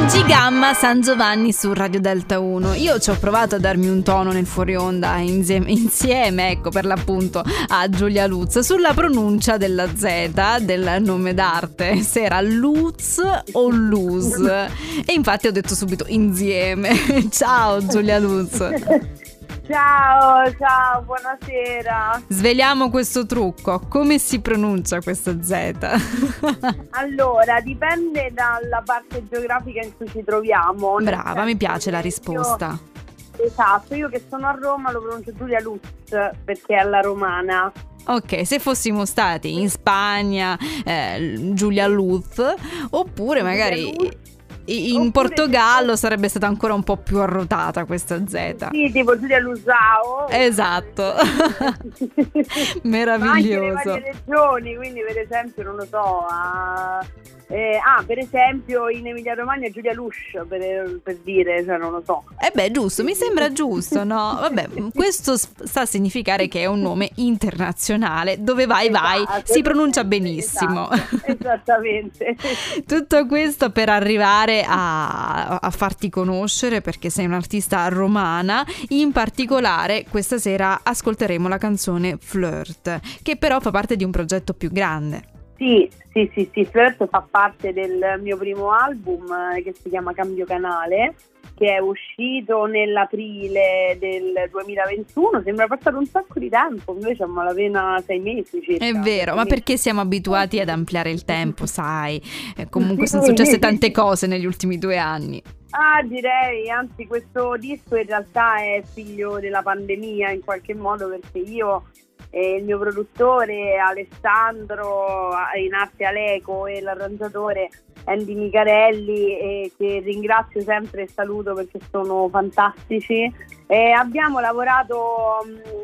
Gigamma San Giovanni su Radio Delta 1. Io ci ho provato a darmi un tono nel fuori onda insieme, ecco, per l'appunto a Giulia Luz sulla pronuncia della Z del nome d'arte, se era Luz o Luz, e infatti ho detto subito insieme. Ciao Giulia Luz. Ciao, buonasera. Sveliamo questo trucco, come si pronuncia questa Z? Allora, dipende dalla parte geografica in cui ci troviamo. Brava, mi piace la risposta. Esatto, io che sono a Roma lo pronuncio Giulia Luz perché è alla romana. Ok, se fossimo stati in Spagna, Giulia Luz, oppure magari in Portogallo sarebbe stata ancora un po' più arrotata questa Z. Sì, tipo Giulia Luzao. Esatto. Meraviglioso. Ma anche le varie regioni, quindi per esempio, non lo so, per esempio in Emilia Romagna Giulia Lush, per dire, cioè non lo so. Giusto, mi sembra giusto, no? Vabbè, questo sta a significare che è un nome internazionale, dove vai, si pronuncia benissimo. Esatto, esattamente. Tutto questo per arrivare a farti conoscere, perché sei un'artista romana. In particolare questa sera ascolteremo la canzone Flirt, che però fa parte di un progetto più grande. Sì, Flirt fa parte del mio primo album che si chiama Cambio Canale, che è uscito nell'aprile del 2021. Sembra passato un sacco di tempo, invece a malapena 6 mesi circa. È vero, ma perché siamo abituati ad ampliare il tempo, sai? Comunque sono successe tante cose negli ultimi 2 anni. Direi, anzi questo disco in realtà è figlio della pandemia in qualche modo, perché io e il mio produttore Alessandro in arte Aleco e l'arrangiatore Andy Micarelli, che ringrazio sempre e saluto perché sono fantastici, abbiamo lavorato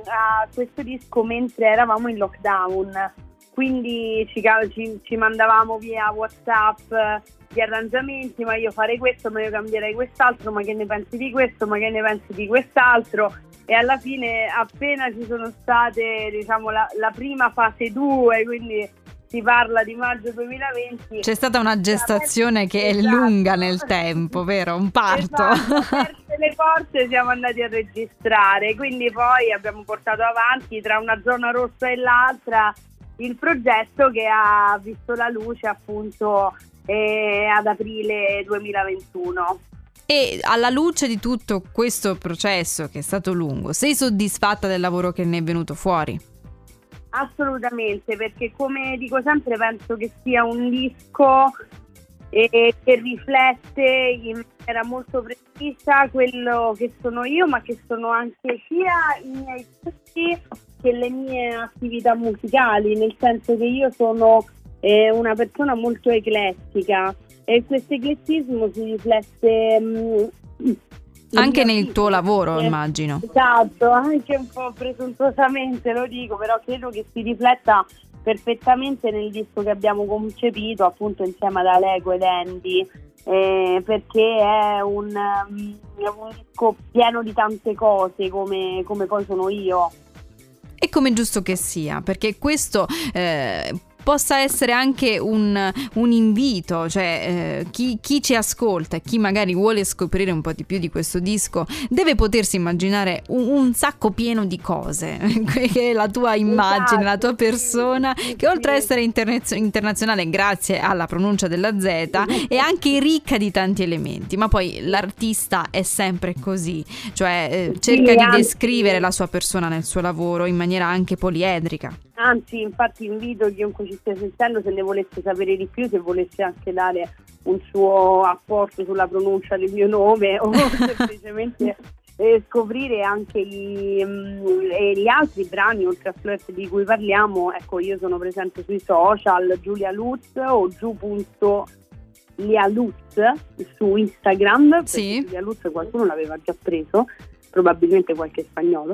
a questo disco mentre eravamo in lockdown, quindi ci mandavamo via WhatsApp gli arrangiamenti, ma io farei questo, ma io cambierei quest'altro, ma che ne pensi di questo, ma che ne pensi di quest'altro. E alla fine, appena ci sono state, diciamo, la prima fase 2, quindi si parla di maggio 2020. C'è stata una gestazione che è lunga nel tempo, vero? Un parto. Esatto, aperte le porte siamo andati a registrare, quindi poi abbiamo portato avanti tra una zona rossa e l'altra il progetto, che ha visto la luce appunto ad aprile 2021. E alla luce di tutto questo processo che è stato lungo, sei soddisfatta del lavoro che ne è venuto fuori? Assolutamente, perché come dico sempre penso che sia un disco che riflette in maniera molto precisa quello che sono io, ma che sono anche sia i miei gusti che le mie attività musicali, nel senso che io sono una persona molto eclettica e questo eclettismo si riflette anche nel tuo lavoro, immagino. Esatto, anche un po' presuntuosamente lo dico, però credo che si rifletta perfettamente nel disco che abbiamo concepito appunto insieme ad Aleco ed Andy, perché è un disco pieno di tante cose come poi sono io. E come giusto che sia, perché questo possa essere anche un invito, cioè chi ci ascolta e chi magari vuole scoprire un po' di più di questo disco deve potersi immaginare un sacco pieno di cose, che è la tua immagine, la tua persona, che oltre a essere internazionale grazie alla pronuncia della Z è anche ricca di tanti elementi, ma poi l'artista è sempre così, cioè cerca di descrivere la sua persona nel suo lavoro in maniera anche poliedrica. Anzi, infatti invito chiunque ci stia sentendo, se ne volesse sapere di più, se volesse anche dare un suo apporto sulla pronuncia del mio nome o semplicemente scoprire anche gli altri brani oltre a Flirt di cui parliamo. Ecco, io sono presente sui social, Giulia Luz o giu.lialuz su Instagram, sì. Perché Giulia Luz qualcuno l'aveva già preso, probabilmente qualche spagnolo.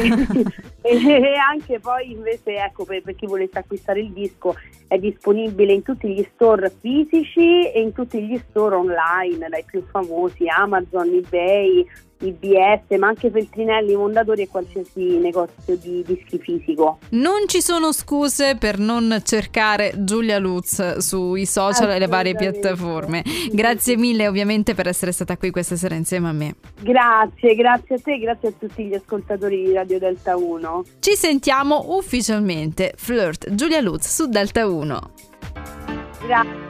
E anche poi invece, ecco, per chi volesse acquistare il disco, è disponibile in tutti gli store fisici e in tutti gli store online, dai più famosi, Amazon, eBay, IBS, ma anche Feltrinelli, Mondadori e qualsiasi negozio di dischi fisico. Non ci sono scuse per non cercare Giulia Luz sui social e le varie piattaforme. Grazie mille ovviamente per essere stata qui questa sera insieme a me. Grazie a te, grazie a tutti gli ascoltatori di Radio Delta 1. Ci sentiamo ufficialmente. Flirt Giulia Luz su Delta 1. Grazie.